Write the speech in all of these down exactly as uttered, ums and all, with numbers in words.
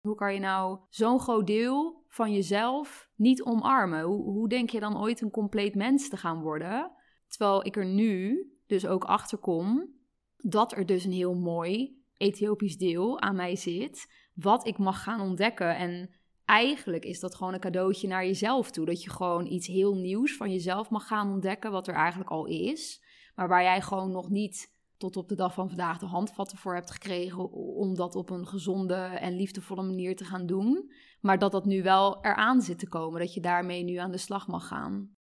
Hoe kan je nou zo'n groot deel van jezelf niet omarmen? Hoe, hoe denk je dan ooit een compleet mens te gaan worden? Terwijl ik er nu dus ook achter kom dat er dus een heel mooi Ethiopisch deel aan mij zit, wat ik mag gaan ontdekken. En eigenlijk is dat gewoon een cadeautje naar jezelf toe. Dat je gewoon iets heel nieuws van jezelf mag gaan ontdekken, wat er eigenlijk al is. Maar waar jij gewoon nog niet tot op de dag van vandaag de handvatten voor hebt gekregen om dat op een gezonde en liefdevolle manier te gaan doen. Maar dat dat nu wel eraan zit te komen, dat je daarmee nu aan de slag mag gaan.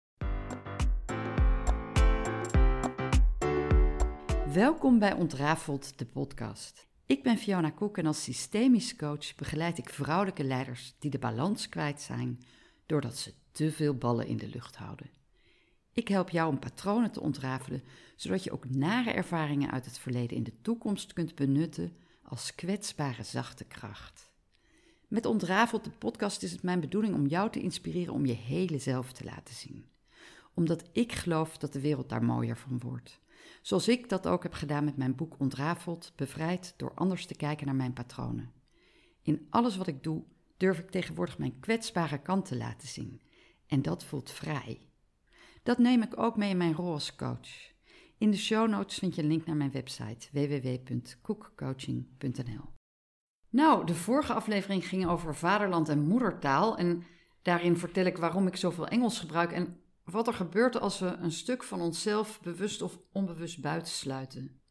Welkom bij Ontrafeld, de podcast. Ik ben Fiona Koek en als systemisch coach begeleid ik vrouwelijke leiders die de balans kwijt zijn doordat ze te veel ballen in de lucht houden. Ik help jou om patronen te ontrafelen, zodat je ook nare ervaringen uit het verleden in de toekomst kunt benutten als kwetsbare zachte kracht. Met Ontrafeld, de podcast, is het mijn bedoeling om jou te inspireren om je hele zelf te laten zien. Omdat ik geloof dat de wereld daar mooier van wordt. Zoals ik dat ook heb gedaan met mijn boek Ontrafeld, bevrijd door anders te kijken naar mijn patronen. In alles wat ik doe, durf ik tegenwoordig mijn kwetsbare kant te laten zien. En dat voelt vrij. Dat neem ik ook mee in mijn rol als coach. In de show notes vind je een link naar mijn website w w w punt koekcoaching punt n l. Nou, de vorige aflevering ging over vaderland en moedertaal. En daarin vertel ik waarom ik zoveel Engels gebruik en wat er gebeurt als we een stuk van onszelf bewust of onbewust buitensluiten.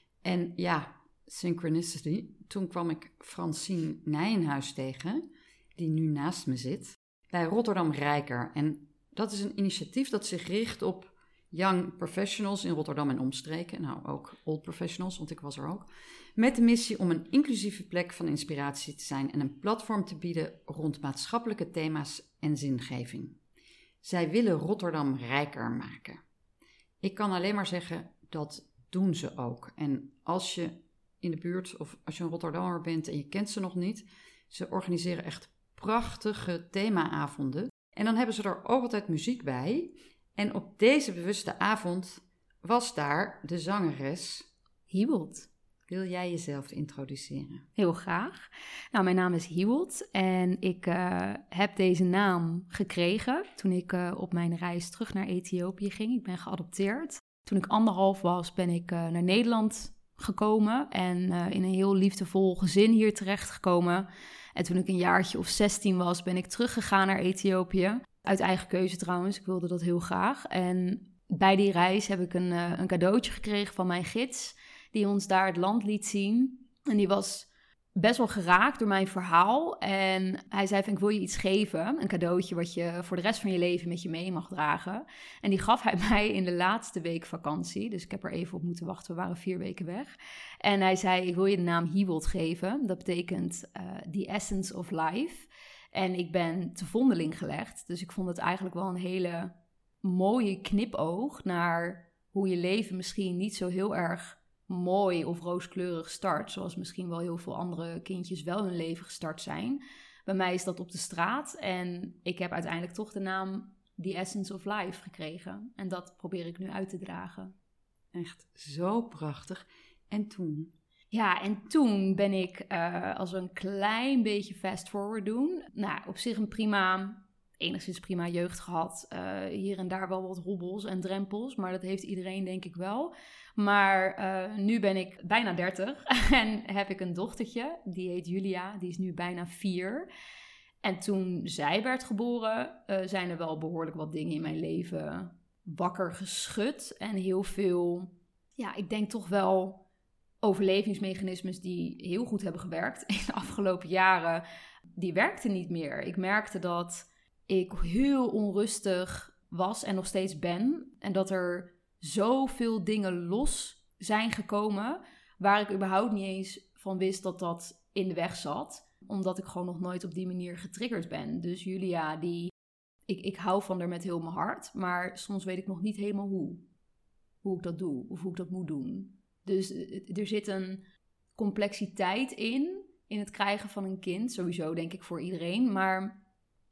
En ja, synchronicity. Toen kwam ik Francine Nijenhuis tegen, die nu naast me zit, bij Rotterdam Rijker. En dat is een initiatief dat zich richt op young professionals in Rotterdam en omstreken. Nou, ook old professionals, want ik was er ook. Met de missie om een inclusieve plek van inspiratie te zijn en een platform te bieden rond maatschappelijke thema's en zingeving. Zij willen Rotterdam rijker maken. Ik kan alleen maar zeggen, dat doen ze ook. En als je in de buurt of als je een Rotterdammer bent en je kent ze nog niet, ze organiseren echt prachtige themaavonden. En dan hebben ze er ook altijd muziek bij. En op deze bewuste avond was daar de zangeres Hieweld. Wil jij jezelf introduceren? Heel graag. Nou, mijn naam is Hieweld en ik uh, heb deze naam gekregen toen ik uh, op mijn reis terug naar Ethiopië ging. Ik ben geadopteerd. Toen ik anderhalf was ben ik uh, naar Nederland gekomen en uh, in een heel liefdevol gezin hier terechtgekomen. En toen ik een jaartje of zestien was, ben ik teruggegaan naar Ethiopië. Uit eigen keuze trouwens, ik wilde dat heel graag. En bij die reis heb ik een, uh, een cadeautje gekregen van mijn gids, die ons daar het land liet zien. En die was best wel geraakt door mijn verhaal. En hij zei van, ik wil je iets geven. Een cadeautje wat je voor de rest van je leven met je mee mag dragen. En die gaf hij mij in de laatste week vakantie. Dus ik heb er even op moeten wachten. We waren vier weken weg. En hij zei, ik wil je de naam Hieweld geven. Dat betekent uh, the essence of life. En ik ben te vondeling gelegd. Dus ik vond het eigenlijk wel een hele mooie knipoog naar hoe je leven misschien niet zo heel erg mooi of rooskleurig start, zoals misschien wel heel veel andere kindjes wel hun leven gestart zijn. Bij mij is dat op de straat en ik heb uiteindelijk toch de naam The Essence of Life gekregen. En dat probeer ik nu uit te dragen. Echt zo prachtig. En toen? Ja, en toen ben ik, uh, als we een klein beetje fast forward doen, nou, op zich een prima, enigszins prima jeugd gehad. Uh, hier en daar wel wat hobbels en drempels, maar dat heeft iedereen denk ik wel. Maar uh, nu ben ik bijna dertig en heb ik een dochtertje, die heet Julia, die is nu bijna vier. En toen zij werd geboren, uh, zijn er wel behoorlijk wat dingen in mijn leven wakker geschud. En heel veel, ja, ik denk toch wel overlevingsmechanismes die heel goed hebben gewerkt in de afgelopen jaren, die werkten niet meer. Ik merkte dat ik heel onrustig was en nog steeds ben. En dat er zoveel dingen los zijn gekomen waar ik überhaupt niet eens van wist dat dat in de weg zat. Omdat ik gewoon nog nooit op die manier getriggerd ben. Dus Julia, die, ik, ik hou van haar met heel mijn hart. Maar soms weet ik nog niet helemaal hoe. Hoe ik dat doe of hoe ik dat moet doen. Dus er zit een complexiteit in, in het krijgen van een kind. Sowieso denk ik voor iedereen. Maar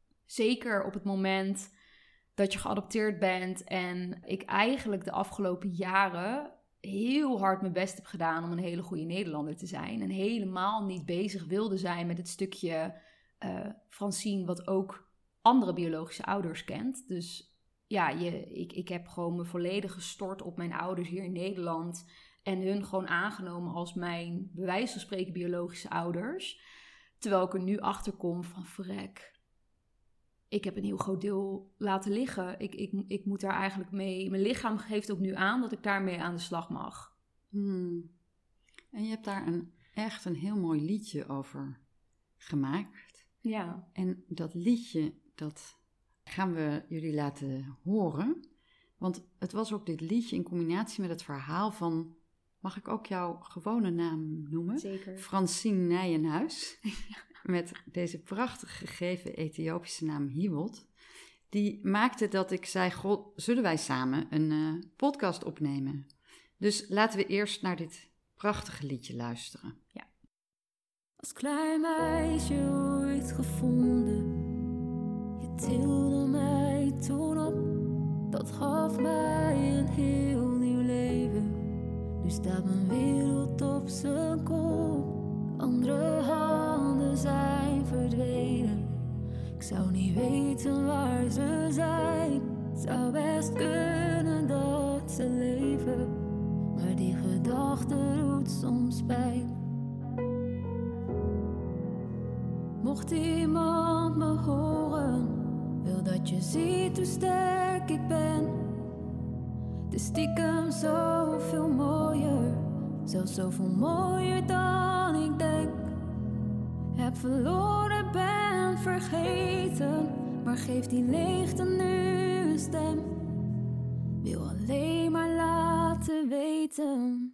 zeker op het moment dat je geadopteerd bent en ik eigenlijk de afgelopen jaren heel hard mijn best heb gedaan om een hele goede Nederlander te zijn. En helemaal niet bezig wilde zijn met het stukje uh, Francine wat ook andere biologische ouders kent. Dus ja, je, ik, ik heb gewoon me volledig gestort op mijn ouders hier in Nederland. En hun gewoon aangenomen als mijn, bij wijze van spreken, biologische ouders. Terwijl ik er nu achter kom van verrek. Ik heb een heel groot deel laten liggen. Ik, ik, ik moet daar eigenlijk mee... Mijn lichaam geeft ook nu aan dat ik daarmee aan de slag mag. Hmm. En je hebt daar een, echt een heel mooi liedje over gemaakt. Ja. En dat liedje, dat gaan we jullie laten horen. Want het was ook dit liedje in combinatie met het verhaal van... Mag ik ook jouw gewone naam noemen? Zeker. Francine Nijenhuis. Met deze prachtig gegeven Ethiopische naam Hiwold. Die maakte dat ik zei, goh, zullen wij samen een uh, podcast opnemen? Dus laten we eerst naar dit prachtige liedje luisteren. Ja. Als klein meisje ooit gevonden. Je tilde mij toen op. Dat gaf mij een heel nieuw leven. Nu staat mijn wereld op zijn kop. Andere handen zijn verdwenen. Ik zou niet weten waar ze zijn. Het zou best kunnen dat ze leven. Maar die gedachte doet soms pijn. Mocht iemand me horen, wil dat je ziet hoe sterk ik ben. Het is stiekem zoveel mooier, zelfs zoveel mooier dan ik denk. Heb verloren, ben vergeten, maar geef die leegte nu een stem. Wil alleen maar laten weten.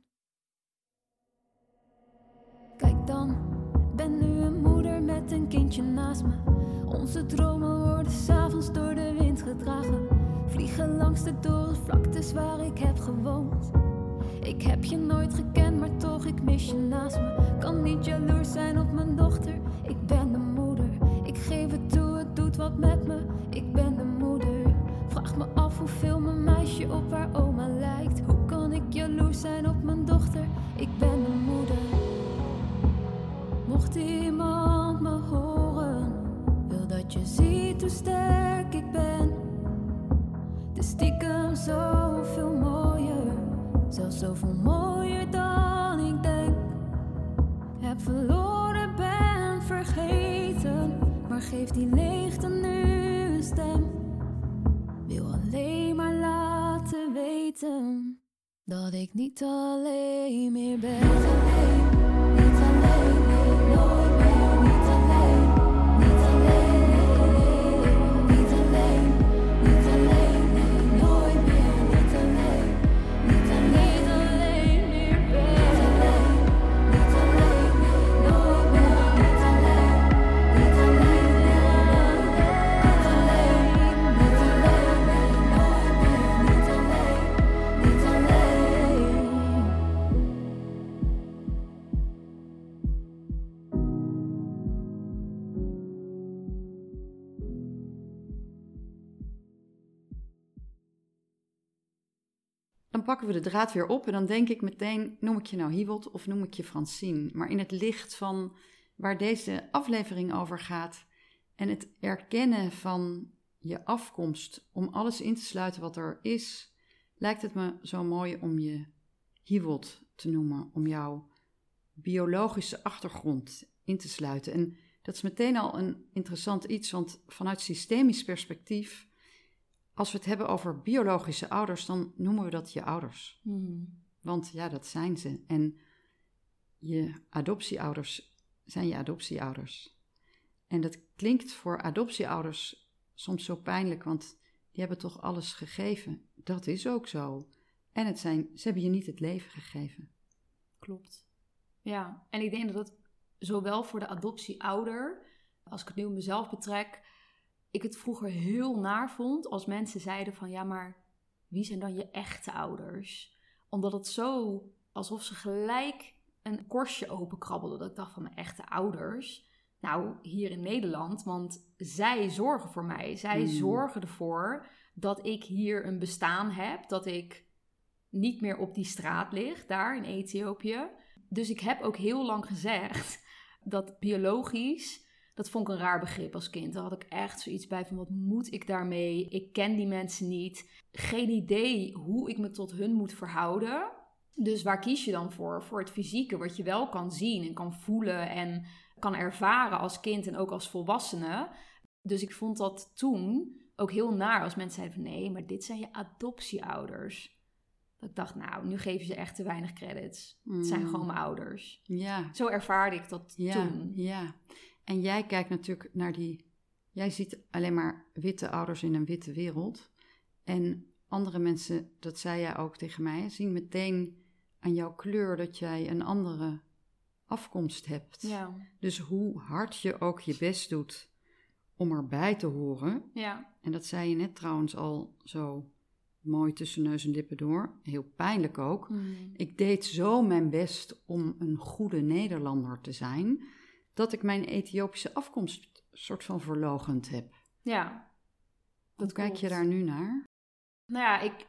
Kijk dan, ben nu een moeder met een kindje naast me. Onze dromen worden 's avonds door de wind gedragen. Vliegen langs de dorre vlaktes waar ik heb gewoond. Ik heb je nooit gekend, maar toch ik mis je naast me. Kan niet jaloers zijn op mijn dochter, ik ben de moeder. Ik geef het toe, het doet wat met me, ik ben de moeder. Vraag me af hoeveel mijn meisje op haar oma lijkt. Hoe kan ik jaloers zijn op mijn dochter, ik ben de moeder. Mocht iemand me horen, wil dat je ziet hoe sterk ik ben. Het is stiekem zoveel mooier, zelfs zoveel mooier dan ik denk. Heb verloren, ben vergeten, maar geef die leegte nu een stem. Wil alleen maar laten weten dat ik niet alleen meer ben. Niet alleen, niet alleen, nee, nooit meer. Niet alleen, niet alleen, nee, nee. Niet alleen, niet alleen, nee, nooit meer. Niet alleen, niet alleen, alleen meer ben. Niet alleen, niet alleen, nee, nooit meer. Niet alleen, niet alleen, nee, niet alleen, niet alleen, nee, nooit meer. Niet alleen, niet alleen. Dan pakken we de draad weer op en dan denk ik meteen, noem ik je nou Hiwold of noem ik je Francine? Maar in het licht van waar deze aflevering over gaat en het erkennen van je afkomst om alles in te sluiten wat er is, lijkt het me zo mooi om je Hiwold te noemen, om jouw biologische achtergrond in te sluiten. En dat is meteen al een interessant iets, want vanuit systemisch perspectief, als we het hebben over biologische ouders, dan noemen we dat je ouders. Hmm. Want ja, dat zijn ze. En je adoptieouders zijn je adoptieouders. En dat klinkt voor adoptieouders soms zo pijnlijk, want die hebben toch alles gegeven. Dat is ook zo. En het zijn, ze hebben je niet het leven gegeven. Klopt. Ja, en ik denk dat het zowel voor de adoptieouder, als ik het nu op mezelf betrek, ik het vroeger heel naar vond als mensen zeiden van ja, maar wie zijn dan je echte ouders? Omdat het zo, alsof ze gelijk een korstje openkrabbelden. Dat ik dacht van mijn echte ouders, nou hier in Nederland, want zij zorgen voor mij. Zij Hmm. zorgen ervoor dat ik hier een bestaan heb, dat ik niet meer op die straat ligt, daar in Ethiopië. Dus ik heb ook heel lang gezegd dat biologisch, dat vond ik een raar begrip als kind. Daar had ik echt zoiets bij van, wat moet ik daarmee? Ik ken die mensen niet. Geen idee hoe ik me tot hun moet verhouden. Dus waar kies je dan voor? Voor het fysieke, wat je wel kan zien en kan voelen en kan ervaren als kind en ook als volwassene. Dus ik vond dat toen ook heel naar als mensen zeiden van, nee, maar dit zijn je adoptieouders. Dat ik dacht, nou, nu geven ze echt te weinig credits. Mm. Het zijn gewoon mijn ouders. Ja. Zo ervaarde ik dat ja, toen. Ja, en jij kijkt natuurlijk naar die... Jij ziet alleen maar witte ouders in een witte wereld. En andere mensen, dat zei jij ook tegen mij, zien meteen aan jouw kleur dat jij een andere afkomst hebt. Ja. Dus hoe hard je ook je best doet om erbij te horen. Ja. En dat zei je net trouwens al zo mooi tussen neus en lippen door. Heel pijnlijk ook. Mm. Ik deed zo mijn best om een goede Nederlander te zijn, dat ik mijn Ethiopische afkomst soort van verloochend heb. Ja. Hoe kijk je daar nu naar? Nou ja, ik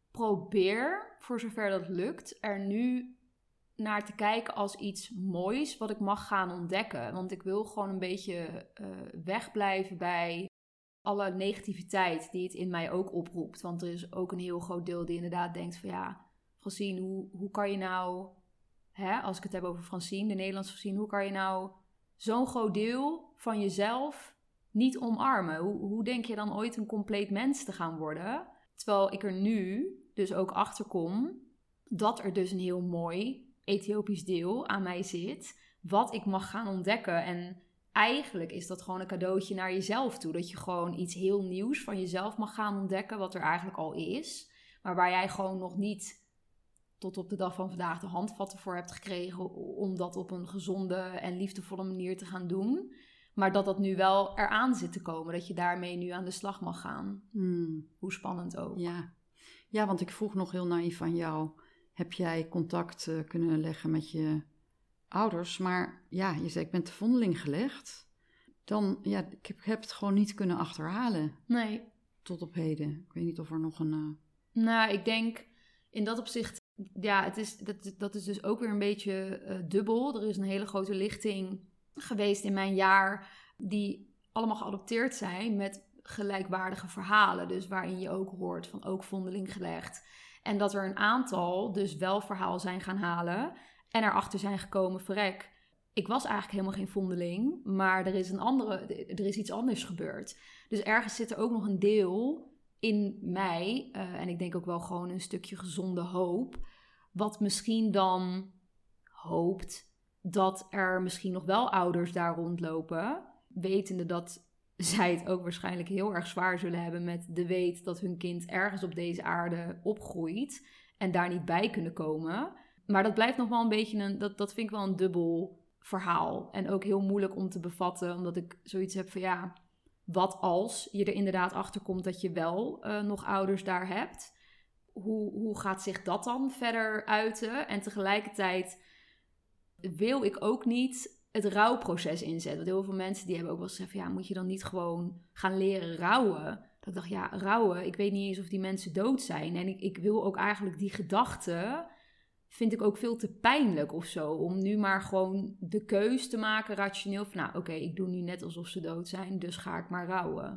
probeer, voor zover dat lukt, er nu naar te kijken als iets moois wat ik mag gaan ontdekken. Want ik wil gewoon een beetje uh, wegblijven bij alle negativiteit die het in mij ook oproept. Want er is ook een heel groot deel die inderdaad denkt van ja, Francine, hoe, hoe kan je nou, hè, als ik het heb over Francine, de Nederlandse Francine, hoe kan je nou zo'n groot deel van jezelf niet omarmen? Hoe, hoe denk je dan ooit een compleet mens te gaan worden? Terwijl ik er nu dus ook achter kom dat er dus een heel mooi Ethiopisch deel aan mij zit, wat ik mag gaan ontdekken. En eigenlijk is dat gewoon een cadeautje naar jezelf toe. Dat je gewoon iets heel nieuws van jezelf mag gaan ontdekken, wat er eigenlijk al is. Maar waar jij gewoon nog niet tot op de dag van vandaag de handvatten voor hebt gekregen om dat op een gezonde en liefdevolle manier te gaan doen. Maar dat dat nu wel eraan zit te komen. Dat je daarmee nu aan de slag mag gaan. Hmm. Hoe spannend ook. Ja. ja, want ik vroeg nog heel naïef aan jou. Heb jij contact uh, kunnen leggen met je ouders? Maar ja, je zei ik ben te vondeling gelegd. Dan, ja, ik heb, heb het gewoon niet kunnen achterhalen. Nee. Tot op heden. Ik weet niet of er nog een... Uh... Nou, ik denk in dat opzicht... Ja, het is, dat, dat is dus ook weer een beetje uh, dubbel. Er is een hele grote lichting geweest in mijn jaar die allemaal geadopteerd zijn met gelijkwaardige verhalen. Dus waarin je ook hoort van ook vondeling gelegd. En dat er een aantal dus wel verhaal zijn gaan halen en erachter zijn gekomen, verrek, ik was eigenlijk helemaal geen vondeling, maar er is, een andere, er is iets anders gebeurd. Dus ergens zit er ook nog een deel in mij, uh, en ik denk ook wel gewoon een stukje gezonde hoop, wat misschien dan hoopt dat er misschien nog wel ouders daar rondlopen, wetende dat zij het ook waarschijnlijk heel erg zwaar zullen hebben met de weet dat hun kind ergens op deze aarde opgroeit en daar niet bij kunnen komen. Maar dat blijft nog wel een beetje een, dat, dat vind ik wel een dubbel verhaal. En ook heel moeilijk om te bevatten, omdat ik zoiets heb van ja, wat als je er inderdaad achter komt dat je wel uh, nog ouders daar hebt? Hoe, hoe gaat zich dat dan verder uiten? En tegelijkertijd wil ik ook niet het rouwproces inzetten. Want heel veel mensen die hebben ook wel gezegd van ja, moet je dan niet gewoon gaan leren rouwen? Dat ik dacht, ja, rouwen, ik weet niet eens of die mensen dood zijn. En ik, ik wil ook eigenlijk die gedachte, vind ik ook veel te pijnlijk of zo. Om nu maar gewoon de keus te maken, rationeel, van nou, oké, okay, ik doe nu net alsof ze dood zijn, dus ga ik maar rouwen.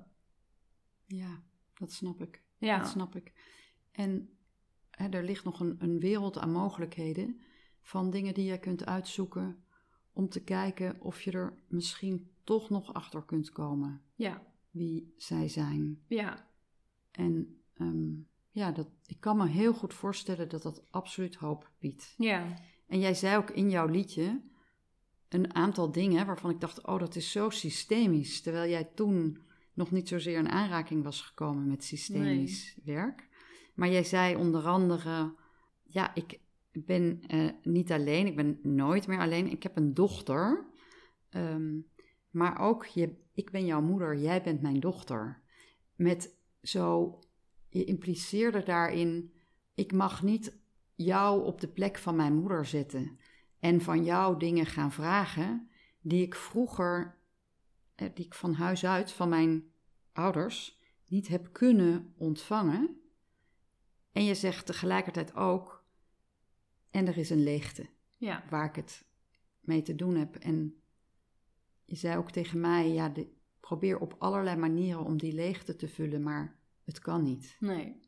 Ja, dat snap ik. Ja. Dat snap ik. En hè, er ligt nog een, een wereld aan mogelijkheden van dingen die je kunt uitzoeken om te kijken of je er misschien toch nog achter kunt komen. Ja. Wie zij zijn. Ja. En um, ja, dat, ik kan me heel goed voorstellen dat dat absoluut hoop biedt. Ja. En jij zei ook in jouw liedje een aantal dingen waarvan ik dacht, oh, dat is zo systemisch. Terwijl jij toen nog niet zozeer in aanraking was gekomen met systemisch nee. werk. Maar jij zei onder andere, ja, ik ben uh, niet alleen, ik ben nooit meer alleen. Ik heb een dochter, um, maar ook, je, ik ben jouw moeder, jij bent mijn dochter. Met zo, je impliceerde daarin, ik mag niet jou op de plek van mijn moeder zetten en van jou dingen gaan vragen die ik vroeger, die ik van huis uit, van mijn ouders, niet heb kunnen ontvangen. En je zegt tegelijkertijd ook, en er is een leegte Ja. waar ik het mee te doen heb. En je zei ook tegen mij, ja, de, probeer op allerlei manieren om die leegte te vullen, maar het kan niet. Nee.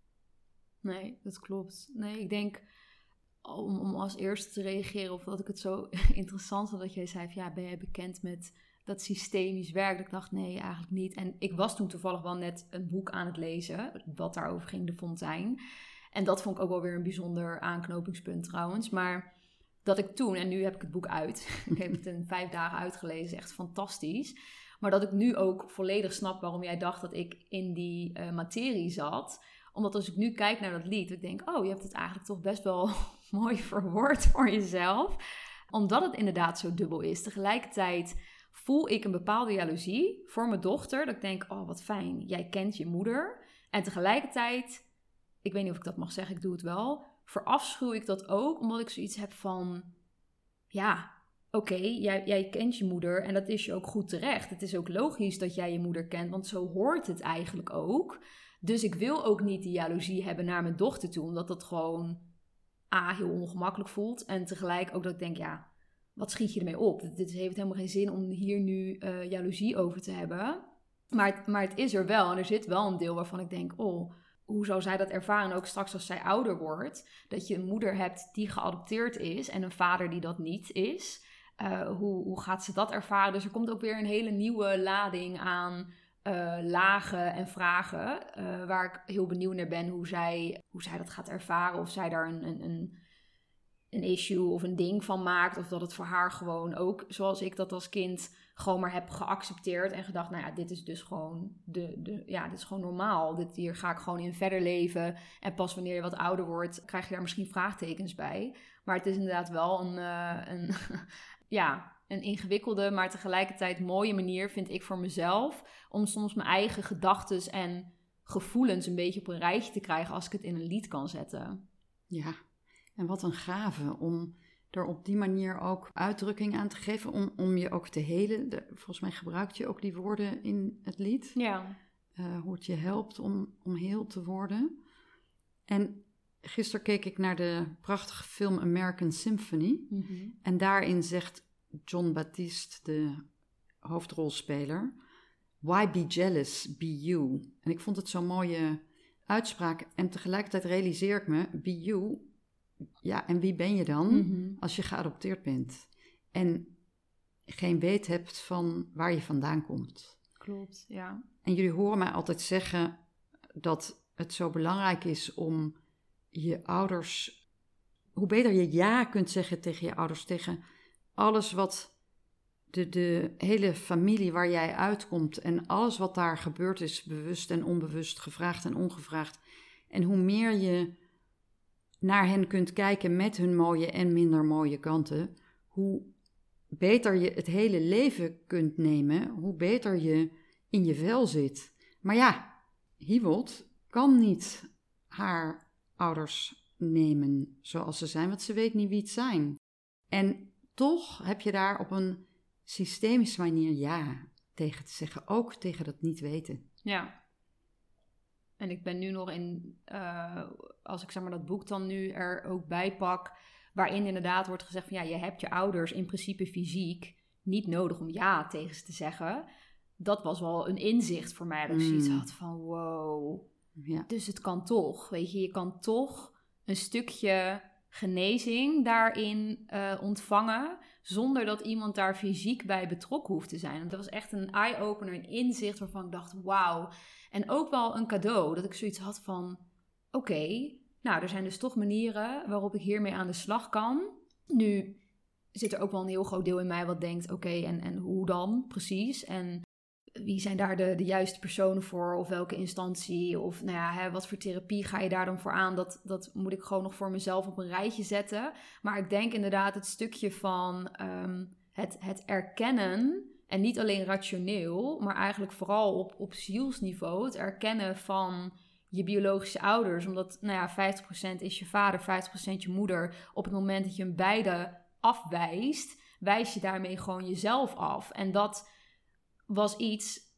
Nee, dat klopt. Nee, ik denk, om, om als eerste te reageren op dat ik het zo interessant vond dat jij zei van, ja, ben jij bekend met dat systemisch werk? Dat ik dacht, nee, eigenlijk niet. En ik was toen toevallig wel net een boek aan het lezen, wat daarover ging, De Fontein. En dat vond ik ook wel weer een bijzonder aanknopingspunt trouwens. Maar dat ik toen, en nu heb ik het boek uit, ik heb het in vijf dagen uitgelezen, echt fantastisch. Maar dat ik nu ook volledig snap waarom jij dacht dat ik in die uh, materie zat. Omdat als ik nu kijk naar dat lied, ik denk, oh, je hebt het eigenlijk toch best wel mooi verwoord voor jezelf. Omdat het inderdaad zo dubbel is. Tegelijkertijd voel ik een bepaalde jaloezie voor mijn dochter. Dat ik denk, oh, wat fijn, jij kent je moeder. En tegelijkertijd, ik weet niet of ik dat mag zeggen, ik doe het wel, verafschuw ik dat ook, omdat ik zoiets heb van, ja, oké, okay, jij, jij kent je moeder en dat is je ook goed terecht. Het is ook logisch dat jij je moeder kent, want zo hoort het eigenlijk ook. Dus ik wil ook niet die jaloezie hebben naar mijn dochter toe, omdat dat gewoon A, heel ongemakkelijk voelt. En tegelijk ook dat ik denk, ja, wat schiet je ermee op? Dit heeft helemaal geen zin om hier nu uh, jaloezie over te hebben. Maar het, maar het is er wel en er zit wel een deel waarvan ik denk, oh, hoe zou zij dat ervaren? Ook straks als zij ouder wordt, dat je een moeder hebt die geadopteerd is en een vader die dat niet is. Uh, hoe, hoe gaat ze dat ervaren? Dus er komt ook weer een hele nieuwe lading aan uh, lagen en vragen, uh, waar ik heel benieuwd naar ben hoe zij, hoe zij dat gaat ervaren. Of zij daar een, een, een, een issue of een ding van maakt. Of dat het voor haar gewoon ook, zoals ik dat als kind gewoon maar heb geaccepteerd en gedacht, nou ja, dit is dus gewoon de, de ja, dit is gewoon normaal. Dit, hier ga ik gewoon in verder leven. En pas wanneer je wat ouder wordt, krijg je daar misschien vraagtekens bij. Maar het is inderdaad wel een, uh, een ja, een ingewikkelde, maar tegelijkertijd mooie manier, vind ik voor mezelf, om soms mijn eigen gedachtes en gevoelens een beetje op een rijtje te krijgen als ik het in een lied kan zetten. Ja, en wat een gave om er op die manier ook uitdrukking aan te geven, om, om je ook te helen. De, volgens mij gebruikt je ook die woorden in het lied. Ja. Uh, hoe het je helpt om, om heel te worden. En gisteren keek ik naar de prachtige film American Symphony. Mm-hmm. En daarin zegt Jon Batiste, de hoofdrolspeler, "Why be jealous, be you." En ik vond het zo'n mooie uitspraak. En tegelijkertijd realiseer ik me, be you, ja, en wie ben je dan Mm-hmm. als je geadopteerd bent? En geen weet hebt van waar je vandaan komt. Klopt, ja. En jullie horen mij altijd zeggen dat het zo belangrijk is om je ouders, hoe beter je ja kunt zeggen tegen je ouders, tegen alles wat de, de hele familie waar jij uitkomt en alles wat daar gebeurd is, bewust en onbewust, gevraagd en ongevraagd. En hoe meer je naar hen kunt kijken met hun mooie en minder mooie kanten, hoe beter je het hele leven kunt nemen, hoe beter je in je vel zit. Maar ja, Hiwold kan niet haar ouders nemen zoals ze zijn, want ze weet niet wie het zijn. En toch heb je daar op een systemische manier ja tegen te zeggen, ook tegen dat niet weten. Ja. En ik ben nu nog in, uh, als ik zeg maar dat boek dan nu er ook bij pak, waarin inderdaad wordt gezegd van ja, je hebt je ouders in principe fysiek niet nodig om ja tegen ze te zeggen. Dat was wel een inzicht voor mij, dat ik zoiets had van wow, Ja. dus het kan toch, weet je, je kan toch een stukje genezing daarin uh, ontvangen, zonder dat iemand daar fysiek bij betrokken hoeft te zijn. Dat was echt een eye-opener, een inzicht waarvan ik dacht, wauw. En ook wel een cadeau, dat ik zoiets had van, oké, okay, nou, er zijn dus toch manieren waarop ik hiermee aan de slag kan. Nu zit er ook wel een heel groot deel in mij wat denkt, oké, okay, en, en hoe dan precies? En wie zijn daar de, de juiste personen voor? Of welke instantie? Of nou ja, hè, wat voor therapie ga je daar dan voor aan? Dat, dat moet ik gewoon nog voor mezelf op een rijtje zetten. Maar ik denk inderdaad het stukje van um, het, het erkennen, en niet alleen rationeel, maar eigenlijk vooral op, op zielsniveau, het erkennen van je biologische ouders. Omdat nou ja, vijftig procent is je vader, vijftig procent je moeder. Op het moment dat je hem beide afwijst, wijs je daarmee gewoon jezelf af. En dat was iets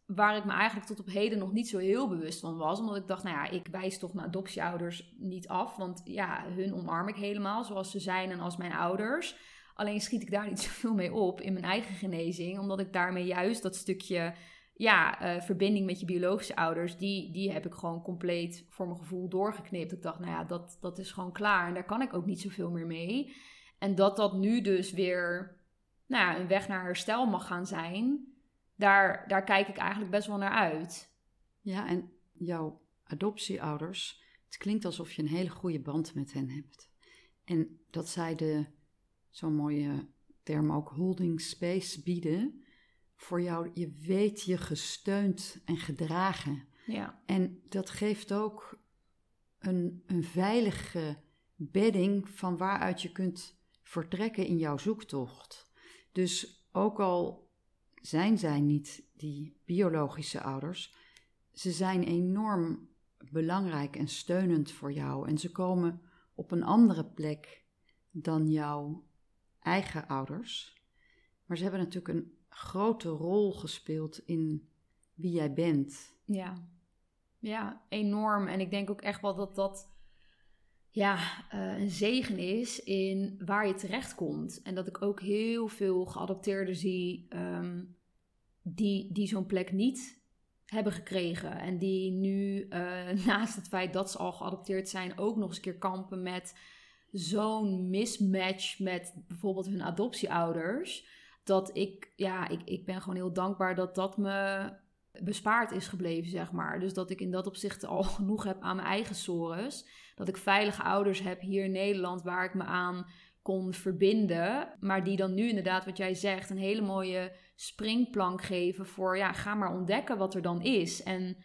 waar ik me eigenlijk tot op heden nog niet zo heel bewust van was. Omdat ik dacht, nou ja, ik wijs toch mijn adoptieouders niet af. Want ja, hun omarm ik helemaal zoals ze zijn en als mijn ouders. Alleen schiet ik daar niet zoveel mee op in mijn eigen genezing. Omdat ik daarmee juist dat stukje ja, uh, verbinding met je biologische ouders, die, die heb ik gewoon compleet voor mijn gevoel doorgeknipt. Ik dacht, nou ja, dat, dat is gewoon klaar. En daar kan ik ook niet zoveel meer mee. En dat dat nu dus weer nou ja, een weg naar herstel mag gaan zijn, daar, daar kijk ik eigenlijk best wel naar uit. Ja, en jouw adoptieouders, het klinkt alsof je een hele goede band met hen hebt. En dat zij de, zo'n mooie term ook, holding space bieden voor jou. Je weet je gesteund en gedragen. Ja. En dat geeft ook een, een veilige bedding van waaruit je kunt vertrekken in jouw zoektocht. Dus ook al zijn zij niet die biologische ouders, ze zijn enorm belangrijk en steunend voor jou. En ze komen op een andere plek dan jouw eigen ouders. Maar ze hebben natuurlijk een grote rol gespeeld in wie jij bent. Ja, ja, enorm. En ik denk ook echt wel dat dat ja, uh, een zegen is in waar je terechtkomt. En dat ik ook heel veel geadopteerden zie um, die, die zo'n plek niet hebben gekregen. En die nu, uh, naast het feit dat ze al geadopteerd zijn, ook nog eens een keer kampen met zo'n mismatch met bijvoorbeeld hun adoptieouders. Dat ik, ja, ik, ik ben gewoon heel dankbaar dat dat me bespaard is gebleven, zeg maar. Dus dat ik in dat opzicht al genoeg heb aan mijn eigen sores. Dat ik veilige ouders heb hier in Nederland waar ik me aan kon verbinden. Maar die dan nu inderdaad, wat jij zegt, een hele mooie springplank geven voor, ja, ga maar ontdekken wat er dan is. En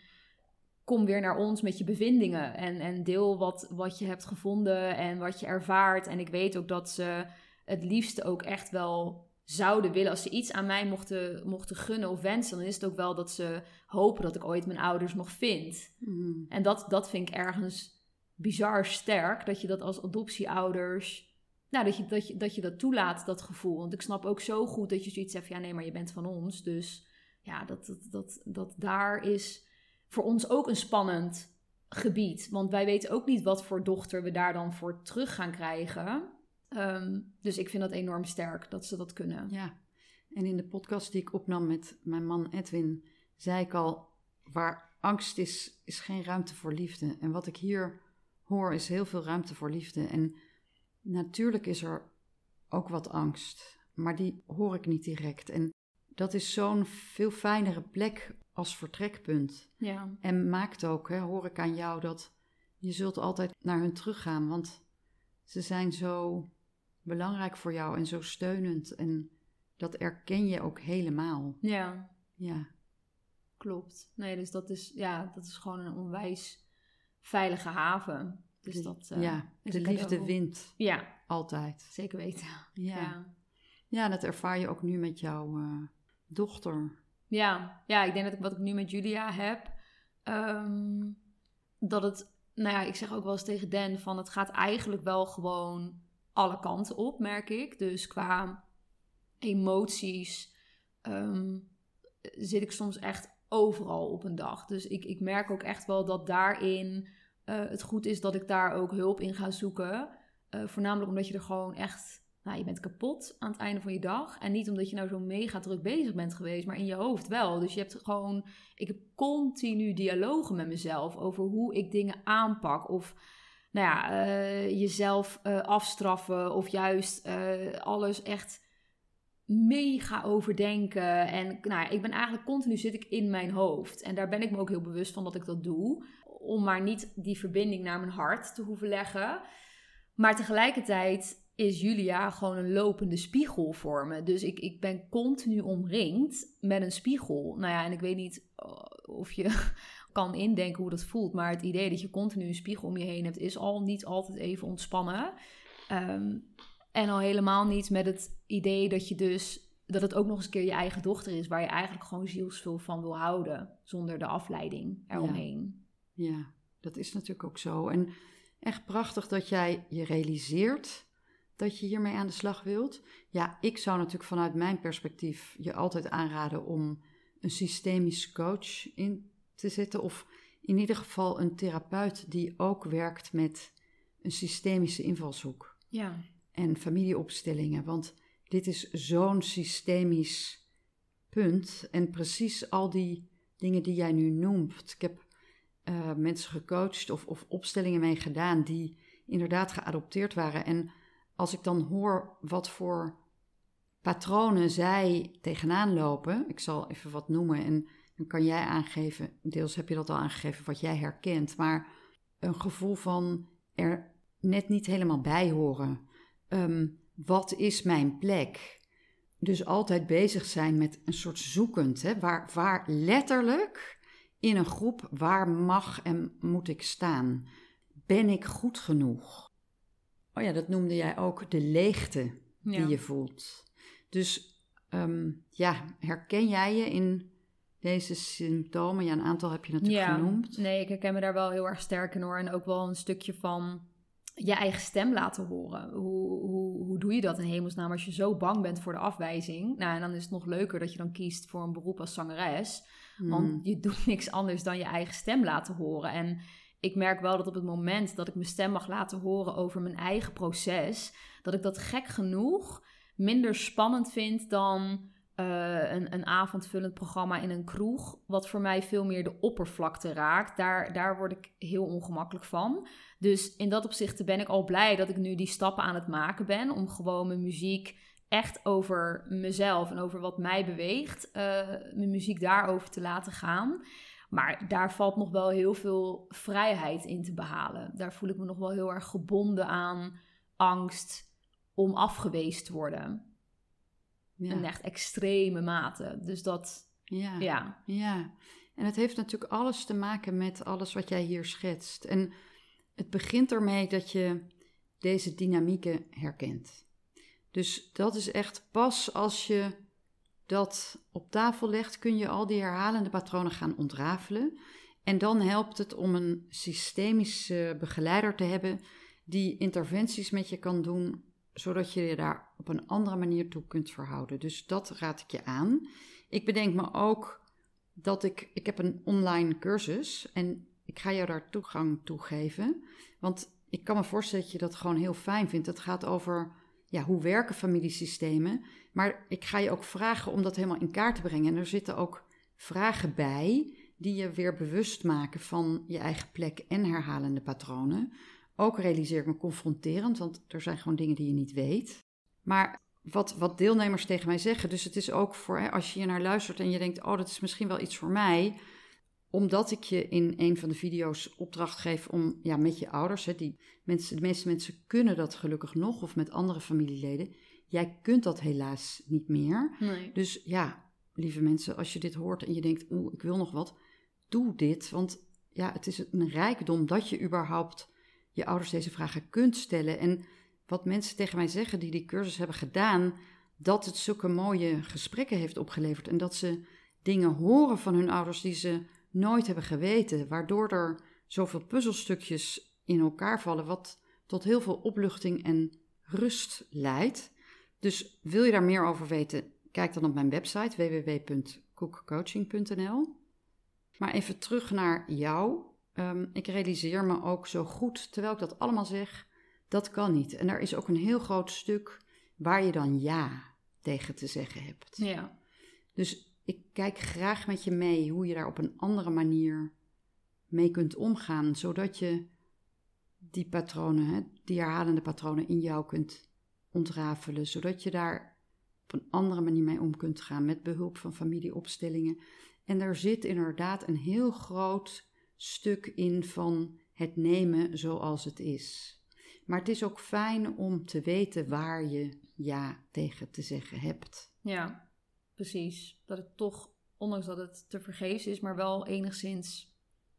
kom weer naar ons met je bevindingen. En, en deel wat, wat je hebt gevonden en wat je ervaart. En ik weet ook dat ze het liefste ook echt wel zouden willen. Als ze iets aan mij mochten, mochten gunnen of wensen, dan is het ook wel dat ze hopen dat ik ooit mijn ouders nog vind. Mm. En dat, dat vind ik ergens bizar sterk, dat je dat als adoptieouders, nou, dat je, dat je, dat je dat toelaat, dat gevoel. Want ik snap ook zo goed dat je zoiets zegt, ja nee, maar je bent van ons. Dus ja, dat, dat, dat, dat daar is voor ons ook een spannend gebied. Want wij weten ook niet wat voor dochter we daar dan voor terug gaan krijgen. Um, dus ik vind dat enorm sterk, dat ze dat kunnen. Ja, en in de podcast die ik opnam met mijn man Edwin, zei ik al, waar angst is, is geen ruimte voor liefde. En wat ik hier hoor, is heel veel ruimte voor liefde. En natuurlijk is er ook wat angst, maar die hoor ik niet direct. En dat is zo'n veel fijnere plek als vertrekpunt. Ja. En maakt ook, hè, hoor ik aan jou, dat je zult altijd naar hun teruggaan, want ze zijn zo belangrijk voor jou en zo steunend. En dat erken je ook helemaal. Ja. Ja. Klopt. Nee, dus dat is, ja, dat is gewoon een onwijs veilige haven. Dus de, dat uh, ja, is de een liefde cadeau. wint. Ja. Altijd. Zeker weten. Ja. Ja. Ja, dat ervaar je ook nu met jouw uh, dochter. Ja. Ja, ik denk dat ik wat ik nu met Julia heb, um, dat het, nou ja, ik zeg ook wel eens tegen Dan van, het gaat eigenlijk wel gewoon alle kanten op, merk ik. Dus qua emoties um, zit ik soms echt overal op een dag. Dus ik, ik merk ook echt wel dat daarin uh, het goed is dat ik daar ook hulp in ga zoeken. Uh, voornamelijk omdat je er gewoon echt, nou, je bent kapot aan het einde van je dag. En niet omdat je nou zo mega druk bezig bent geweest, maar in je hoofd wel. Dus je hebt gewoon, ik heb continu dialogen met mezelf over hoe ik dingen aanpak. Of, nou ja, uh, jezelf uh, afstraffen of juist uh, alles echt mega overdenken. En nou ja, ik ben eigenlijk continu zit ik in mijn hoofd. En daar ben ik me ook heel bewust van dat ik dat doe. Om maar niet die verbinding naar mijn hart te hoeven leggen. Maar tegelijkertijd is Julia gewoon een lopende spiegel voor me. Dus ik, ik ben continu omringd met een spiegel. Nou ja, en ik weet niet of je kan indenken hoe dat voelt. Maar het idee dat je continu een spiegel om je heen hebt, is al niet altijd even ontspannen. Um, en al helemaal niet met het idee dat je dus, dat het ook nog eens een keer je eigen dochter is, waar je eigenlijk gewoon zielsveel van wil houden, zonder de afleiding eromheen. Ja, ja, dat is natuurlijk ook zo. En echt prachtig dat jij je realiseert dat je hiermee aan de slag wilt. Ja, ik zou natuurlijk vanuit mijn perspectief je altijd aanraden om een systemisch coach in te zetten. Of in ieder geval een therapeut die ook werkt met een systemische invalshoek. Ja. En familieopstellingen. Want dit is zo'n systemisch punt. En precies al die dingen die jij nu noemt. Ik heb uh, mensen gecoacht of, of opstellingen mee gedaan die inderdaad geadopteerd waren. En als ik dan hoor wat voor patronen zij tegenaan lopen. Ik zal even wat noemen en dan kan jij aangeven. Deels heb je dat al aangegeven wat jij herkent. Maar een gevoel van er net niet helemaal bij horen. Um, wat is mijn plek? Dus altijd bezig zijn met een soort zoekend. Hè, waar, waar letterlijk in een groep, waar mag en moet ik staan? Ben ik goed genoeg? Oh ja, dat noemde jij ook de leegte die ja. je voelt. Dus um, ja, herken jij je in deze symptomen? Ja, een aantal heb je natuurlijk ja, genoemd. Nee, ik herken me daar wel heel erg sterk in hoor. En ook wel een stukje van je eigen stem laten horen. Hoe, hoe, hoe doe je dat in hemelsnaam als je zo bang bent voor de afwijzing? Nou, en dan is het nog leuker dat je dan kiest voor een beroep als zangeres. Hmm. Want je doet niks anders dan je eigen stem laten horen. En ik merk wel dat op het moment dat ik mijn stem mag laten horen over mijn eigen proces, dat ik dat gek genoeg minder spannend vind dan uh, een, een avondvullend programma in een kroeg, wat voor mij veel meer de oppervlakte raakt. Daar, daar word ik heel ongemakkelijk van. Dus in dat opzicht ben ik al blij dat ik nu die stappen aan het maken ben om gewoon mijn muziek echt over mezelf en over wat mij beweegt, uh, mijn muziek daarover te laten gaan. Maar daar valt nog wel heel veel vrijheid in te behalen. Daar voel ik me nog wel heel erg gebonden aan angst om afgewezen te worden. Ja. In echt extreme mate. Dus dat, ja. ja. Ja, en het heeft natuurlijk alles te maken met alles wat jij hier schetst. En het begint ermee dat je deze dynamieken herkent. Dus dat is echt pas als je dat op tafel legt, kun je al die herhalende patronen gaan ontrafelen. En dan helpt het om een systemische begeleider te hebben die interventies met je kan doen, zodat je je daar op een andere manier toe kunt verhouden. Dus dat raad ik je aan. Ik bedenk me ook dat ik, ik heb een online cursus en ik ga jou daar toegang toe geven. Want ik kan me voorstellen dat je dat gewoon heel fijn vindt. Het gaat over, ja, hoe werken familiesystemen? Maar ik ga je ook vragen om dat helemaal in kaart te brengen. En er zitten ook vragen bij die je weer bewust maken van je eigen plek en herhalende patronen. Ook realiseer ik me confronterend, want er zijn gewoon dingen die je niet weet. Maar wat, wat deelnemers tegen mij zeggen, dus het is ook voor, hè, als je hier naar luistert en je denkt, oh, dat is misschien wel iets voor mij, omdat ik je in een van de video's opdracht geef om, ja, met je ouders, hè, die mensen, de meeste mensen kunnen dat gelukkig nog, of met andere familieleden. Jij kunt dat helaas niet meer. Nee. Dus ja, lieve mensen, als je dit hoort en je denkt, oeh, ik wil nog wat, doe dit. Want ja, het is een rijkdom dat je überhaupt je ouders deze vragen kunt stellen. En wat mensen tegen mij zeggen die die cursus hebben gedaan, dat het zulke mooie gesprekken heeft opgeleverd. En dat ze dingen horen van hun ouders die ze nooit hebben geweten. Waardoor er zoveel puzzelstukjes in elkaar vallen, wat tot heel veel opluchting en rust leidt. Dus wil je daar meer over weten, kijk dan op mijn website w w w punt cookcoaching punt n l. Maar even terug naar jou. Um, ik realiseer me ook zo goed, terwijl ik dat allemaal zeg, dat kan niet. En er is ook een heel groot stuk waar je dan ja tegen te zeggen hebt. Ja. Dus ik kijk graag met je mee hoe je daar op een andere manier mee kunt omgaan, zodat je die patronen, hè, die herhalende patronen in jou kunt ontrafelen, zodat je daar op een andere manier mee om kunt gaan met behulp van familieopstellingen. En er zit inderdaad een heel groot stuk in van het nemen zoals het is. Maar het is ook fijn om te weten waar je ja tegen te zeggen hebt. Ja, precies. Dat het toch, ondanks dat het te vergeefs is, maar wel enigszins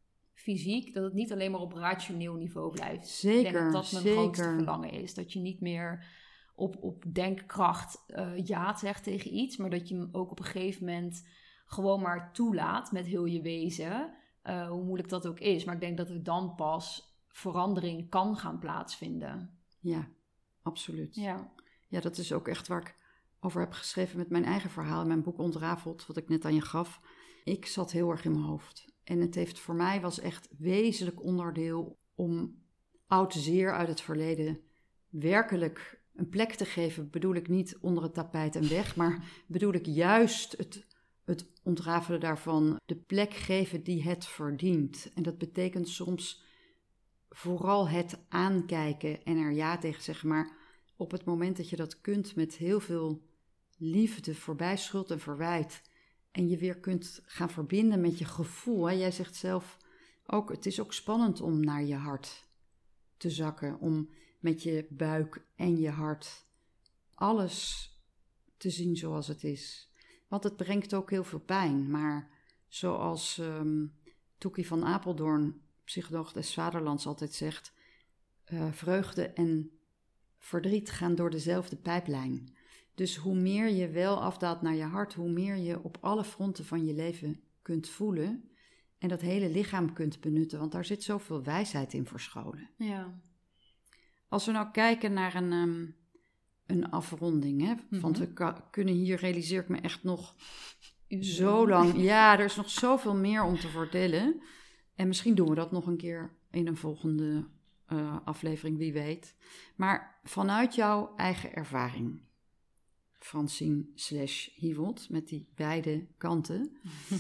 fysiek, dat het niet alleen maar op rationeel niveau blijft. Zeker, Ik denk dat dat mijn zeker. grootste verlangen is. Dat je niet meer op, op denkkracht uh, ja zegt tegen iets, maar dat je hem ook op een gegeven moment gewoon maar toelaat met heel je wezen, uh, hoe moeilijk dat ook is. Maar ik denk dat er dan pas verandering kan gaan plaatsvinden. Ja, absoluut. Ja. Ja, dat is ook echt waar ik over heb geschreven met mijn eigen verhaal in mijn boek Ontrafeld, wat ik net aan je gaf. Ik zat heel erg in mijn hoofd. En het heeft voor mij was echt wezenlijk onderdeel om oud zeer uit het verleden werkelijk een plek te geven. Bedoel ik niet onder het tapijt en weg, maar bedoel ik juist het, het ontrafelen daarvan, de plek geven die het verdient. En dat betekent soms vooral het aankijken en er ja tegen zeggen, maar op het moment dat je dat kunt met heel veel liefde voorbij schuld en verwijt en je weer kunt gaan verbinden met je gevoel. Hè? Jij zegt zelf ook, het is ook spannend om naar je hart te zakken, om met je buik en je hart alles te zien zoals het is. Want het brengt ook heel veel pijn, maar zoals um, Toekie van Apeldoorn, psycholoog des Vaderlands, altijd zegt, uh, vreugde en verdriet gaan door dezelfde pijplijn. Dus hoe meer je wel afdaalt naar je hart, hoe meer je op alle fronten van je leven kunt voelen en dat hele lichaam kunt benutten, want daar zit zoveel wijsheid in verscholen. Ja. Als we nou kijken naar een, um, een afronding, hè, Mm-hmm. want we ka- kunnen hier, realiseer ik me echt nog zo lang. Ja, er is nog zoveel meer om te vertellen. En misschien doen we dat nog een keer in een volgende uh, aflevering, wie weet. Maar vanuit jouw eigen ervaring, Francine slash Hiewot, met die beide kanten.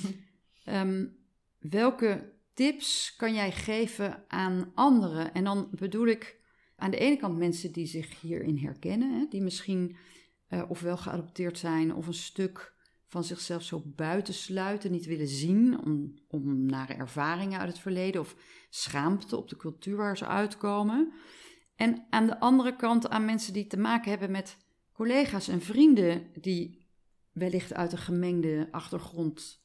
um, welke tips kan jij geven aan anderen? En dan bedoel ik aan de ene kant mensen die zich hierin herkennen, hè, die misschien uh, ofwel geadopteerd zijn of een stuk van zichzelf zo buitensluiten, niet willen zien om, om nare ervaringen uit het verleden of schaamte op de cultuur waar ze uitkomen. En aan de andere kant aan mensen die te maken hebben met collega's en vrienden die wellicht uit een gemengde achtergrond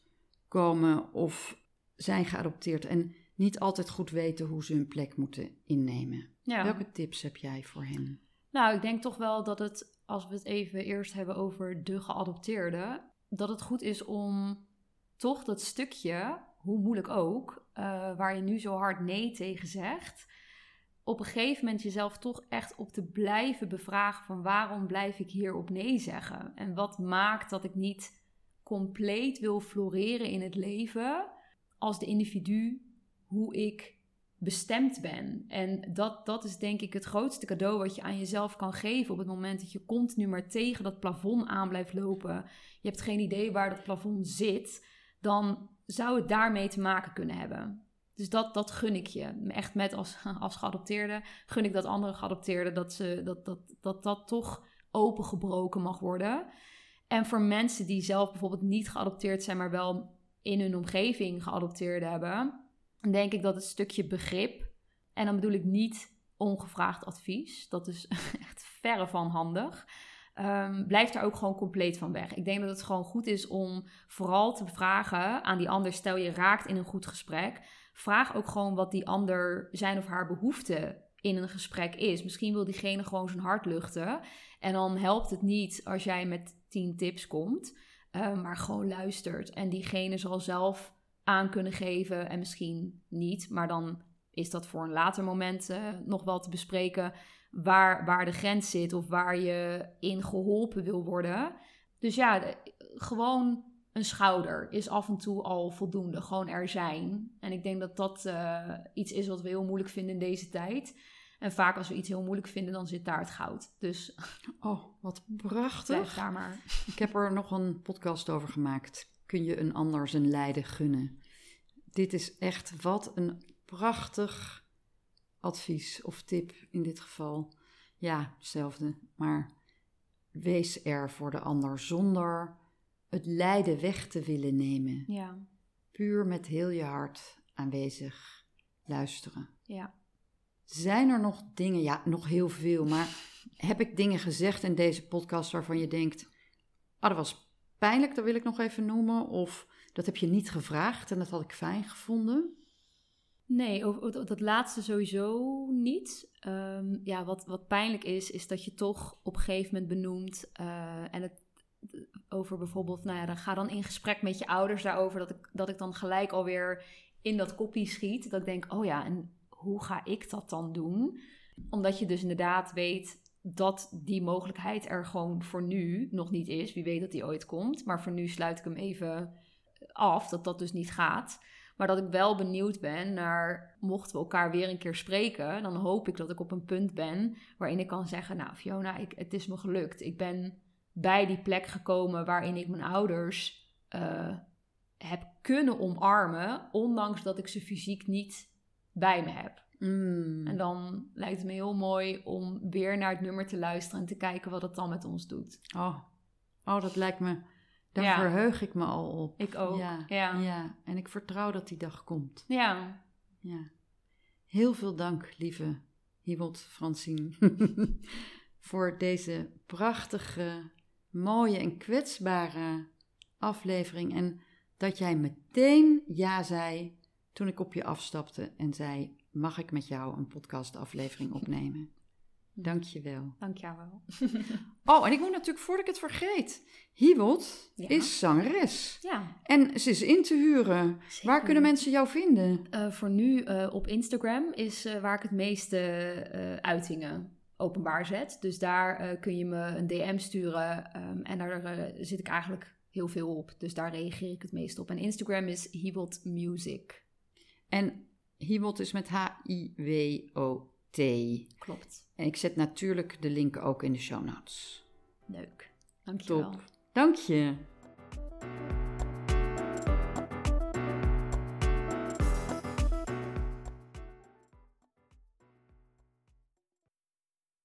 komen of zijn geadopteerd en niet altijd goed weten hoe ze hun plek moeten innemen. Ja. Welke tips heb jij voor hen? Nou, ik denk toch wel dat het, als we het even eerst hebben over de geadopteerden, dat het goed is om toch dat stukje, hoe moeilijk ook, uh, waar je nu zo hard nee tegen zegt, op een gegeven moment jezelf toch echt op te blijven bevragen van waarom blijf ik hier op nee zeggen? En wat maakt dat ik niet compleet wil floreren in het leven als de individu hoe ik bestemd ben. En dat, dat is denk ik het grootste cadeau wat je aan jezelf kan geven op het moment dat je continu maar tegen dat plafond aan blijft lopen. Je hebt geen idee waar dat plafond zit. Dan zou het daarmee te maken kunnen hebben. Dus dat, dat gun ik je. Echt met als, als geadopteerde gun ik dat andere geadopteerden dat, ze, dat, dat, dat dat toch opengebroken mag worden. En voor mensen die zelf bijvoorbeeld niet geadopteerd zijn, maar wel in hun omgeving geadopteerd hebben, dan denk ik dat het stukje begrip, en dan bedoel ik niet ongevraagd advies, dat is echt verre van handig, um, blijft daar ook gewoon compleet van weg. Ik denk dat het gewoon goed is om vooral te vragen aan die ander, stel je raakt in een goed gesprek, vraag ook gewoon wat die ander zijn of haar behoefte in een gesprek is. Misschien wil diegene gewoon zijn hart luchten en dan helpt het niet als jij met tien tips komt, uh, maar gewoon luistert. En diegene zal zelf aan kunnen geven en misschien niet, maar dan is dat voor een later moment uh, nog wel te bespreken waar, waar de grens zit of waar je in geholpen wil worden. Dus ja, de, gewoon een schouder is af en toe al voldoende. Gewoon er zijn. En ik denk dat dat uh, iets is wat we heel moeilijk vinden in deze tijd. En vaak als we iets heel moeilijk vinden, dan zit daar het goud. Dus oh, wat prachtig. Zeg daar maar. Ik heb er nog een podcast over gemaakt. Kun je een ander zijn lijden gunnen? Dit is echt wat een prachtig advies of tip in dit geval. Ja, hetzelfde. Maar wees er voor de ander zonder het lijden weg te willen nemen. Ja. Puur met heel je hart aanwezig luisteren. Ja. Zijn er nog dingen, ja, nog heel veel, maar heb ik dingen gezegd in deze podcast waarvan je denkt, ah, dat was pijnlijk, dat wil ik nog even noemen, of dat heb je niet gevraagd en dat had ik fijn gevonden? Nee, dat laatste sowieso niet. Um, ja, wat, wat pijnlijk is, is dat je toch op een gegeven moment benoemt uh, en het over bijvoorbeeld, nou ja, dan ga dan in gesprek met je ouders daarover, dat ik, dat ik dan gelijk alweer in dat koppie schiet. Dat ik denk, oh ja, en hoe ga ik dat dan doen? Omdat je dus inderdaad weet, dat die mogelijkheid er gewoon voor nu nog niet is. Wie weet dat die ooit komt. Maar voor nu sluit ik hem even af, dat dat dus niet gaat. Maar dat ik wel benieuwd ben naar, mochten we elkaar weer een keer spreken, dan hoop ik dat ik op een punt ben waarin ik kan zeggen, nou Fiona, ik, het is me gelukt. Ik ben bij die plek gekomen waarin ik mijn ouders uh, heb kunnen omarmen, ondanks dat ik ze fysiek niet bij me heb. Mm. En dan lijkt het me heel mooi om weer naar het nummer te luisteren en te kijken wat het dan met ons doet. Oh, oh dat lijkt me, daar Ja. verheug ik me al op. Ik ook, Ja, ja. ja. En ik vertrouw dat die dag komt. Ja. Ja. Heel veel dank, lieve Hiwold Francine, voor deze prachtige, mooie en kwetsbare aflevering. En dat jij meteen ja zei toen ik op je afstapte en zei, mag ik met jou een podcastaflevering opnemen? Dank je wel. Dank jou wel. Oh, en ik moet natuurlijk, voordat ik het vergeet, Hiwold Ja. is zangeres. Ja. En ze is in te huren. Zeker. Waar kunnen mensen jou vinden? Uh, voor nu uh, op Instagram is uh, waar ik het meeste uh, uitingen openbaar zet. Dus daar uh, kun je me een D M sturen. Um, en daar uh, zit ik eigenlijk heel veel op. Dus daar reageer ik het meest op. En Instagram is Hiwold Music. En Hiwold is met H I W O T. Klopt. En ik zet natuurlijk de link ook in de show notes. Leuk. Dankjewel. Top. Dank je.